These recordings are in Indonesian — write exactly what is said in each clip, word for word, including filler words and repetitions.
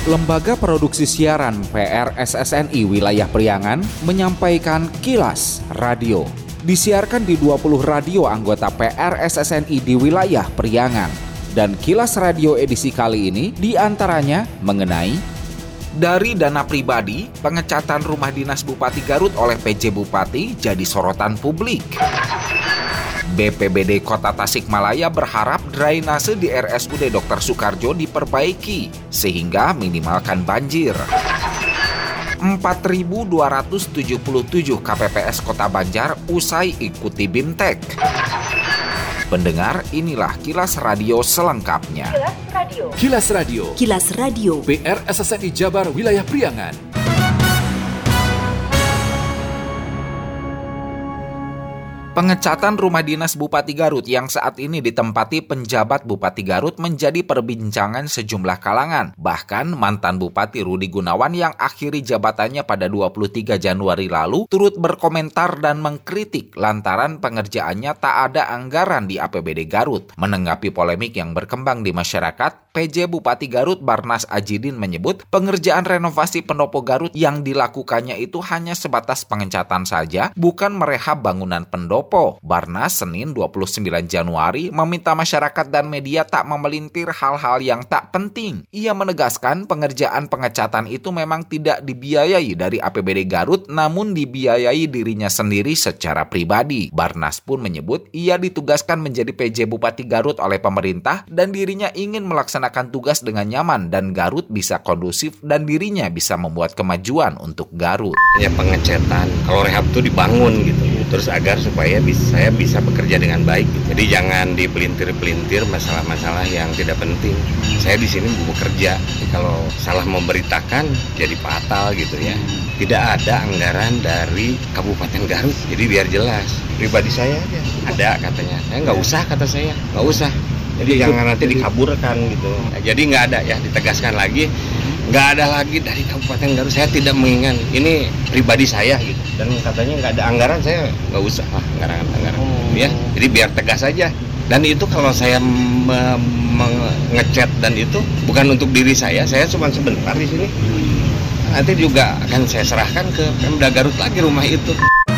Lembaga Produksi Siaran P R S S N I Wilayah Priangan menyampaikan Kilas Radio. Disiarkan di dua puluh radio anggota P R S S N I di wilayah Priangan. Dan Kilas Radio edisi kali ini diantaranya mengenai dari dana pribadi, pengecatan rumah dinas Bupati Garut oleh P J Bupati jadi sorotan publik. B P B D Kota Tasikmalaya berharap drainase di R S U D Dokter Soekarjo diperbaiki sehingga minimalkan banjir. empat ribu dua ratus tujuh puluh tujuh K P P S Kota Banjar usai ikuti BIMTEK. Pendengar, inilah Kilas Radio selengkapnya. Kilas Radio. Kilas Radio. Kilas Radio. P R S S N I Jabar Wilayah Priangan. Pengecatan rumah dinas Bupati Garut yang saat ini ditempati penjabat Bupati Garut menjadi perbincangan sejumlah kalangan. Bahkan mantan Bupati Rudi Gunawan yang akhiri jabatannya pada dua puluh tiga Januari lalu turut berkomentar dan mengkritik lantaran pengerjaannya tak ada anggaran di A P B D Garut. Menanggapi polemik yang berkembang di masyarakat, P J Bupati Garut Barnas Ajidin menyebut pengerjaan renovasi pendopo Garut yang dilakukannya itu hanya sebatas pengecatan saja, bukan merehab bangunan pendopo. Barnas Senin dua puluh sembilan Januari meminta masyarakat dan media tak memelintir hal-hal yang tak penting. Ia menegaskan pengerjaan pengecatan itu memang tidak dibiayai dari A P B D Garut, namun dibiayai dirinya sendiri secara pribadi. Barnas pun menyebut ia ditugaskan menjadi P J Bupati Garut oleh pemerintah dan dirinya ingin melaksanakan tugas dengan nyaman dan Garut bisa kondusif dan dirinya bisa membuat kemajuan untuk Garut. Ya pengecatan, kalau rehab itu dibangun gitu, terus agar supaya bisa, saya bisa bekerja dengan baik. Jadi jangan dipelintir-pelintir masalah-masalah yang tidak penting. Saya di sini bekerja. Jadi kalau salah memberitakan jadi fatal gitu ya. Tidak ada anggaran dari Kabupaten Garut. Jadi biar jelas. Pribadi saya aja. Ada katanya. Saya nggak usah kata saya. Nggak usah. Jadi itu, jangan nanti dikaburkan gitu. Nah, jadi nggak ada ya, ditegaskan lagi. Nggak ada lagi dari Kabupaten Garut. Saya tidak mengingat. Ini pribadi saya gitu. Dan katanya nggak ada anggaran, saya nggak usah lah anggaran-anggaran. Oh. Ya, jadi biar tegas saja. Dan itu kalau saya mengechat dan itu bukan untuk diri saya. Saya cuma sebentar di sini. Nanti juga akan saya serahkan ke Pemda Garut lagi rumah itu.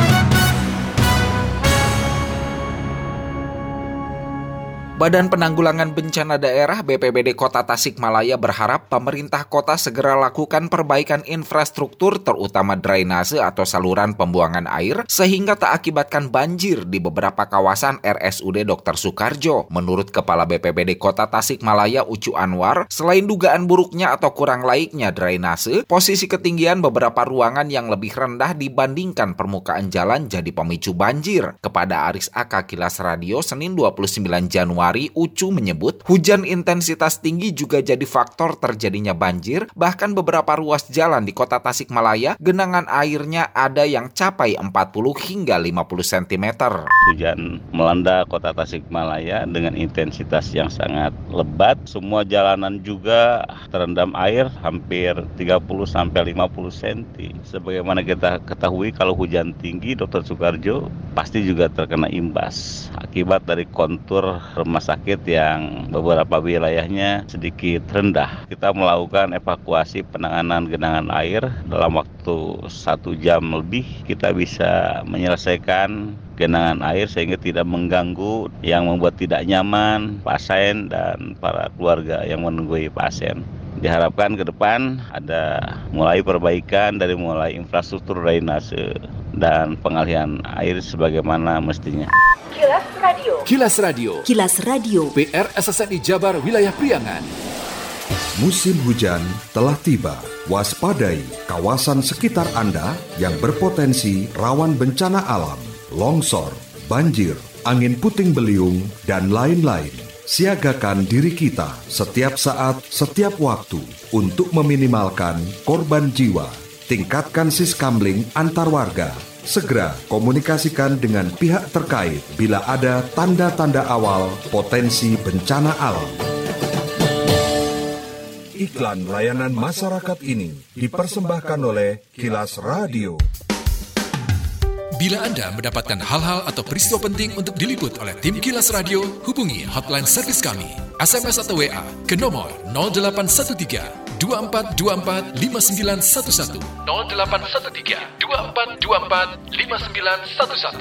Badan Penanggulangan Bencana Daerah B P B D Kota Tasikmalaya berharap pemerintah kota segera lakukan perbaikan infrastruktur terutama drainase atau saluran pembuangan air sehingga tak akibatkan banjir di beberapa kawasan R S U D Dokter Soekarjo. Menurut Kepala B P B D Kota Tasikmalaya Ucu Anwar, selain dugaan buruknya atau kurang laiknya drainase, posisi ketinggian beberapa ruangan yang lebih rendah dibandingkan permukaan jalan jadi pemicu banjir. Kepada Aris Aka Kilas Radio Senin dua puluh sembilan Januari, Ucu menyebut hujan intensitas tinggi juga jadi faktor terjadinya banjir, bahkan beberapa ruas jalan di kota Tasikmalaya genangan airnya ada yang capai empat puluh hingga lima puluh sentimeter. Hujan melanda kota Tasikmalaya dengan intensitas yang sangat lebat, semua jalanan juga terendam air hampir tiga puluh sampai lima puluh sentimeter. Sebagaimana kita ketahui kalau hujan tinggi Dokter Soekarjo pasti juga terkena imbas akibat dari kontur rumah sakit yang beberapa wilayahnya sedikit rendah. Kita melakukan evakuasi penanganan genangan air dalam waktu satu jam lebih. Kita bisa menyelesaikan genangan air sehingga tidak mengganggu yang membuat tidak nyaman pasien dan para keluarga yang menunggui pasien. Diharapkan ke depan ada mulai perbaikan dari mulai infrastruktur drainase dan pengalihan air sebagaimana mestinya. Kilas Radio. Kilas Radio. Kilas Radio. P R S S N I Jabar Wilayah Priangan. Musim hujan telah tiba. Waspadai kawasan sekitar Anda yang berpotensi rawan bencana alam, longsor, banjir, angin puting beliung, dan lain-lain. Siagakan diri kita setiap saat, setiap waktu untuk meminimalkan korban jiwa. Tingkatkan siskamling antar warga. Segera komunikasikan dengan pihak terkait bila ada tanda-tanda awal potensi bencana alam. Iklan layanan masyarakat ini dipersembahkan oleh Kilas Radio. Bila Anda mendapatkan hal-hal atau peristiwa penting untuk diliput oleh tim Kilas Radio, hubungi hotline servis kami, S M S atau W A ke nomor nol delapan satu tiga dua empat dua empat lima sembilan satu satu nol delapan satu tiga dua empat dua empat lima sembilan satu satu.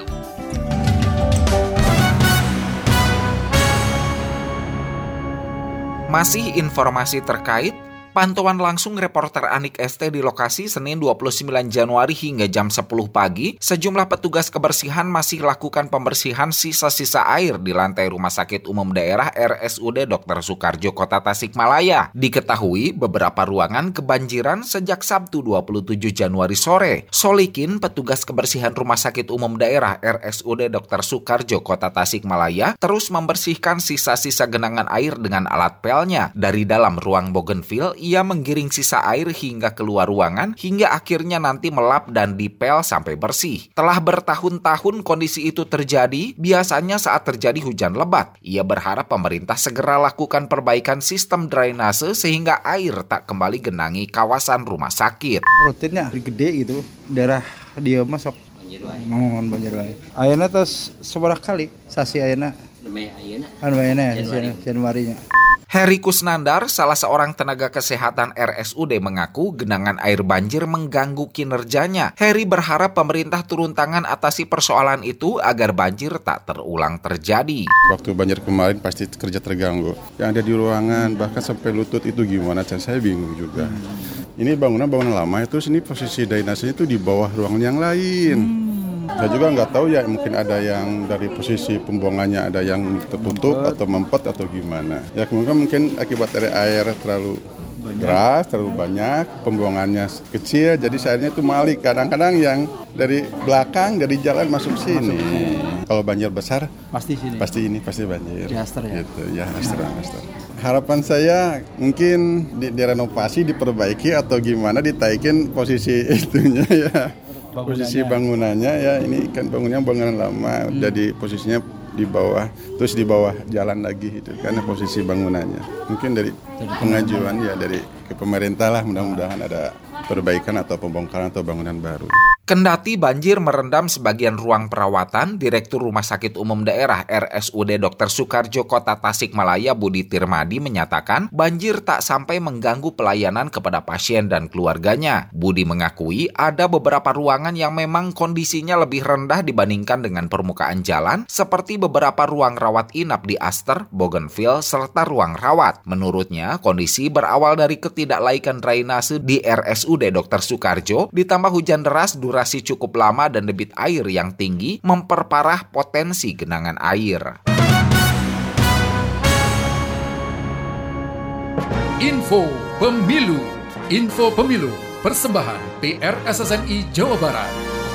Masih informasi terkait pantauan langsung reporter Anik S T di lokasi Senin dua puluh sembilan Januari hingga jam sepuluh pagi, sejumlah petugas kebersihan masih lakukan pembersihan sisa-sisa air di lantai Rumah Sakit Umum Daerah R S U D Dokter Soekarjo Kota Tasikmalaya. Diketahui beberapa ruangan kebanjiran sejak Sabtu dua puluh tujuh Januari sore. Solikin, petugas kebersihan Rumah Sakit Umum Daerah R S U D Dokter Soekarjo Kota Tasikmalaya, terus membersihkan sisa-sisa genangan air dengan alat pelnya. Dari dalam ruang bougainville, ia menggiring sisa air hingga keluar ruangan hingga akhirnya nanti melap dan dipel sampai bersih. Telah bertahun-tahun kondisi itu terjadi, biasanya saat terjadi hujan lebat. Ia berharap pemerintah segera lakukan perbaikan sistem drainase sehingga air tak kembali genangi kawasan rumah sakit. Rutinnya gede gitu, daerah dia masuk mohon banjir wae. Ayeuna tos seberapa kali sasi ayeuna? Demi ayeuna. Anu ayeuna Januarinya. Heri Kusnandar, salah seorang tenaga kesehatan R S U D, mengaku genangan air banjir mengganggu kinerjanya. Heri berharap pemerintah turun tangan atasi persoalan itu agar banjir tak terulang terjadi. Waktu banjir kemarin pasti kerja terganggu. Yang ada di ruangan bahkan sampai lutut itu gimana? Saya bingung juga. Ini bangunan-bangunan lama itu sini posisi drainasenya itu di bawah ruangan yang lain. Saya juga nggak tahu ya, mungkin ada yang dari posisi pembuangannya ada yang tertutup atau mempet atau gimana. Ya mungkin mungkin akibat dari air terlalu deras, terlalu banyak, pembuangannya kecil, jadi airnya itu malik. Kadang-kadang yang dari belakang dari jalan masuk sini. Kalau banjir besar pasti sini. Pasti ini pasti banjir. Diaster ya. Gitu ya, aster, aster. Harapan saya mungkin di, direnovasi, diperbaiki atau gimana, ditaikin posisi itunya ya. Posisi bangunannya ya, ini kan bangunannya bangunan lama, hmm. jadi posisinya di bawah, terus di bawah jalan lagi itu karena posisi bangunannya. Mungkin dari pengajuan ya dari ke pemerintah lah, mudah-mudahan ada perbaikan atau pembongkaran atau bangunan baru. Kendati banjir merendam sebagian ruang perawatan, Direktur Rumah Sakit Umum Daerah R S U D Dokter Soekarjo Kota Tasikmalaya Budi Tirmadi menyatakan banjir tak sampai mengganggu pelayanan kepada pasien dan keluarganya. Budi mengakui ada beberapa ruangan yang memang kondisinya lebih rendah dibandingkan dengan permukaan jalan, seperti beberapa ruang rawat inap di Aster, Bougainville, serta ruang rawat. Menurutnya, kondisi berawal dari ketidaklaikan drainase di R S U D Dokter Soekarjo, ditambah hujan deras durasi Durasi cukup lama dan debit air yang tinggi memperparah potensi genangan air. Info Pemilu Info Pemilu Persembahan P R S S N I Jawa Barat.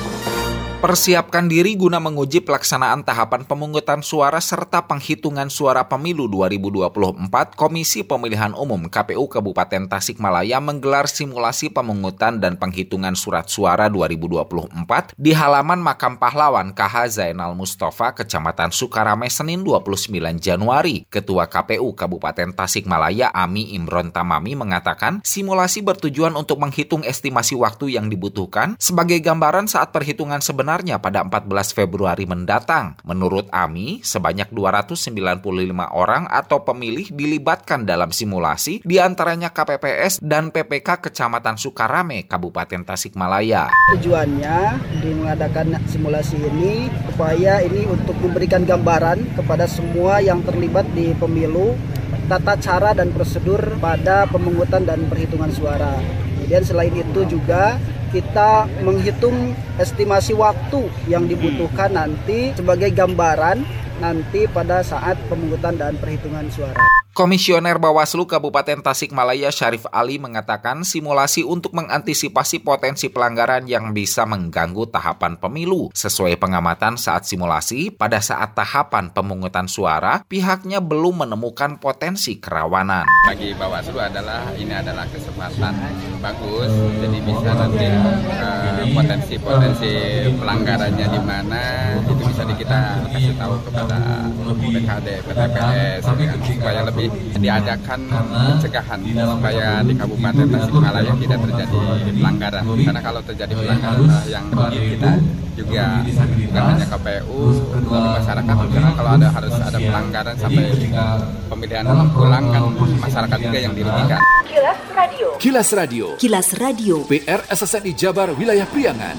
Persiapkan diri guna menguji pelaksanaan tahapan pemungutan suara serta penghitungan suara pemilu dua ribu dua puluh empat, Komisi Pemilihan Umum K P U Kabupaten Tasikmalaya menggelar simulasi pemungutan dan penghitungan surat suara dua ribu dua puluh empat di halaman Makam Pahlawan K H Zainal Mustafa, Kecamatan Sukarame, Senin dua puluh sembilan Januari. Ketua K P U Kabupaten Tasikmalaya Ami Imron Tamami mengatakan simulasi bertujuan untuk menghitung estimasi waktu yang dibutuhkan sebagai gambaran saat perhitungan sebenarnya pada empat belas Februari mendatang. Menurut Ami, sebanyak dua ratus sembilan puluh lima orang atau pemilih dilibatkan dalam simulasi, diantaranya K P P S dan P P K Kecamatan Sukarame, Kabupaten Tasikmalaya. Tujuannya di mengadakan simulasi ini supaya ini untuk memberikan gambaran kepada semua yang terlibat di pemilu, tata cara dan prosedur pada pemungutan dan perhitungan suara. Kemudian selain itu juga kita menghitung estimasi waktu yang dibutuhkan nanti sebagai gambaran nanti pada saat pemungutan dan perhitungan suara. Komisioner Bawaslu Kabupaten Tasikmalaya Syarif Ali mengatakan simulasi untuk mengantisipasi potensi pelanggaran yang bisa mengganggu tahapan pemilu. Sesuai pengamatan saat simulasi, pada saat tahapan pemungutan suara, pihaknya belum menemukan potensi kerawanan. Bagi Bawaslu adalah ini adalah kesempatan bagus, jadi bisa nanti uh, potensi-potensi pelanggarannya di mana itu bisa kita kasih tahu kepada P K D, P T P S supaya lebih diadakan pencegahan supaya di Kabupaten Tasikmalaya tidak terjadi pelanggaran. Karena kalau terjadi pelanggaran yang kita juga bukan hanya K P U, masyarakat juga kalau ada harus ada pelanggaran sampai pemilihan ulang kan masyarakat juga yang dirugikan. Kilas Radio. Kilas Radio. Kilas Radio. P R S S N I Jabar Wilayah Priangan.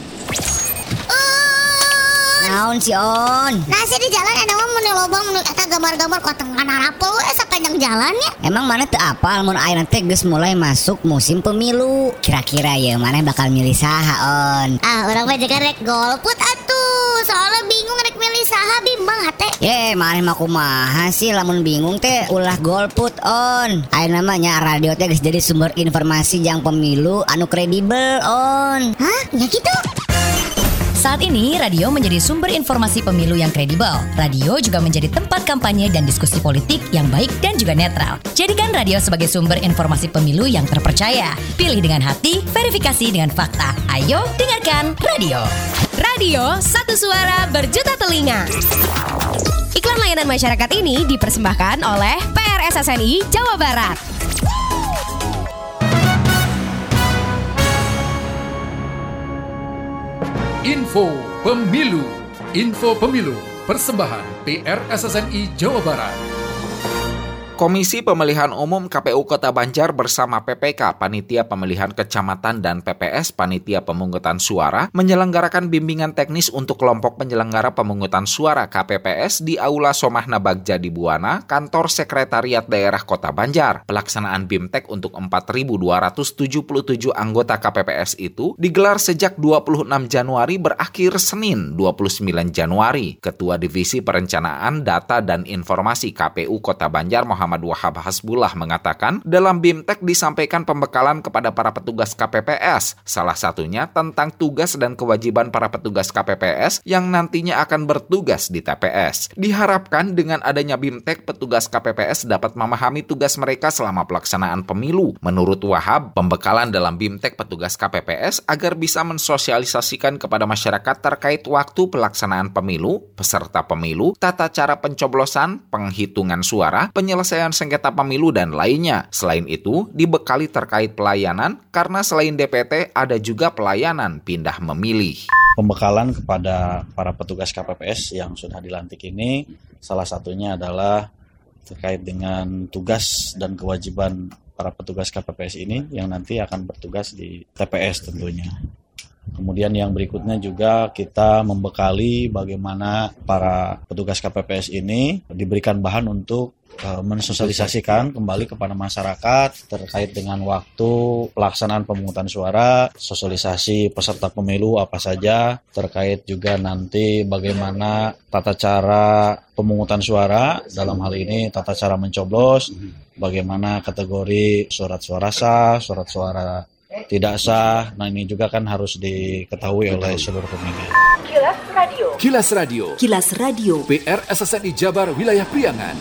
Naon si On? Nasi di jalan ada mah mun lobang mun eta gambar-gambar kotengan apel we sapanjang jalan ya. Emang mana teu apal mun ayeuna teh geus mulai masuk musim pemilu. Kira-kira ya mana bakal milih saha On? Ah, urang mah jeung rek golput atuh. Soalnya bingung rek milih saha bimbang hate. Ye, mana mah kumaha sih lamun bingung teh ulah golput On. Ayeuna mah nya radio teh geus jadi sumber informasi jang pemilu anu kredibel On. Hah? Ya gitu. Saat ini, radio menjadi sumber informasi pemilu yang kredibel. Radio juga menjadi tempat kampanye dan diskusi politik yang baik dan juga netral. Jadikan radio sebagai sumber informasi pemilu yang terpercaya. Pilih dengan hati, verifikasi dengan fakta. Ayo dengarkan radio. Radio, satu suara berjuta telinga. Iklan layanan masyarakat ini dipersembahkan oleh P R S S N I Jawa Barat. Info Pemilu. Info Pemilu. Persembahan P R S S N I Jawa Barat. Komisi Pemilihan Umum K P U Kota Banjar bersama P P K, Panitia Pemilihan Kecamatan dan P P S, Panitia Pemungutan Suara, menyelenggarakan bimbingan teknis untuk kelompok penyelenggara pemungutan suara K P P S di Aula Somahna Bagja di Buana, Kantor Sekretariat Daerah Kota Banjar. Pelaksanaan BIMTEK untuk empat ribu dua ratus tujuh puluh tujuh anggota K P P S itu digelar sejak dua puluh enam Januari berakhir Senin dua puluh sembilan Januari. Ketua Divisi Perencanaan Data dan Informasi K P U Kota Banjar Muhammad Muhammad Wahab Hasbullah mengatakan, dalam BIMTEK disampaikan pembekalan kepada para petugas K P P S, salah satunya tentang tugas dan kewajiban para petugas K P P S yang nantinya akan bertugas di T P S. Diharapkan dengan adanya BIMTEK, petugas K P P S dapat memahami tugas mereka selama pelaksanaan pemilu. Menurut Wahab, pembekalan dalam BIMTEK petugas K P P S agar bisa mensosialisasikan kepada masyarakat terkait waktu pelaksanaan pemilu, peserta pemilu, tata cara pencoblosan, penghitungan suara, penyelesaian sengketa pemilu, dan lainnya. Selain itu, dibekali terkait pelayanan, karena selain D P T, ada juga pelayanan pindah memilih. Pembekalan kepada para petugas K P P S yang sudah dilantik ini, salah satunya adalah terkait dengan tugas dan kewajiban para petugas K P P S ini yang nanti akan bertugas di T P S tentunya. Kemudian yang berikutnya juga kita membekali bagaimana para petugas K P P S ini diberikan bahan untuk mensosialisasikan kembali kepada masyarakat terkait dengan waktu pelaksanaan pemungutan suara, sosialisasi peserta pemilu apa saja, terkait juga nanti bagaimana tata cara pemungutan suara, dalam hal ini tata cara mencoblos, bagaimana kategori surat suara sah, surat suara tidak sah. Nah, ini juga kan harus diketahui oleh seluruh pemilih. Kilas Radio. Kilas Radio. Kilas Radio. P R S S N I Jabar Wilayah Priangan.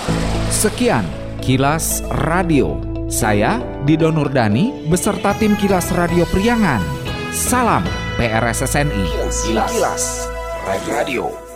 Sekian Kilas Radio. Saya Dido Nurdani beserta tim Kilas Radio Priangan. Salam P R S S N I. Kilas, Kilas Radio.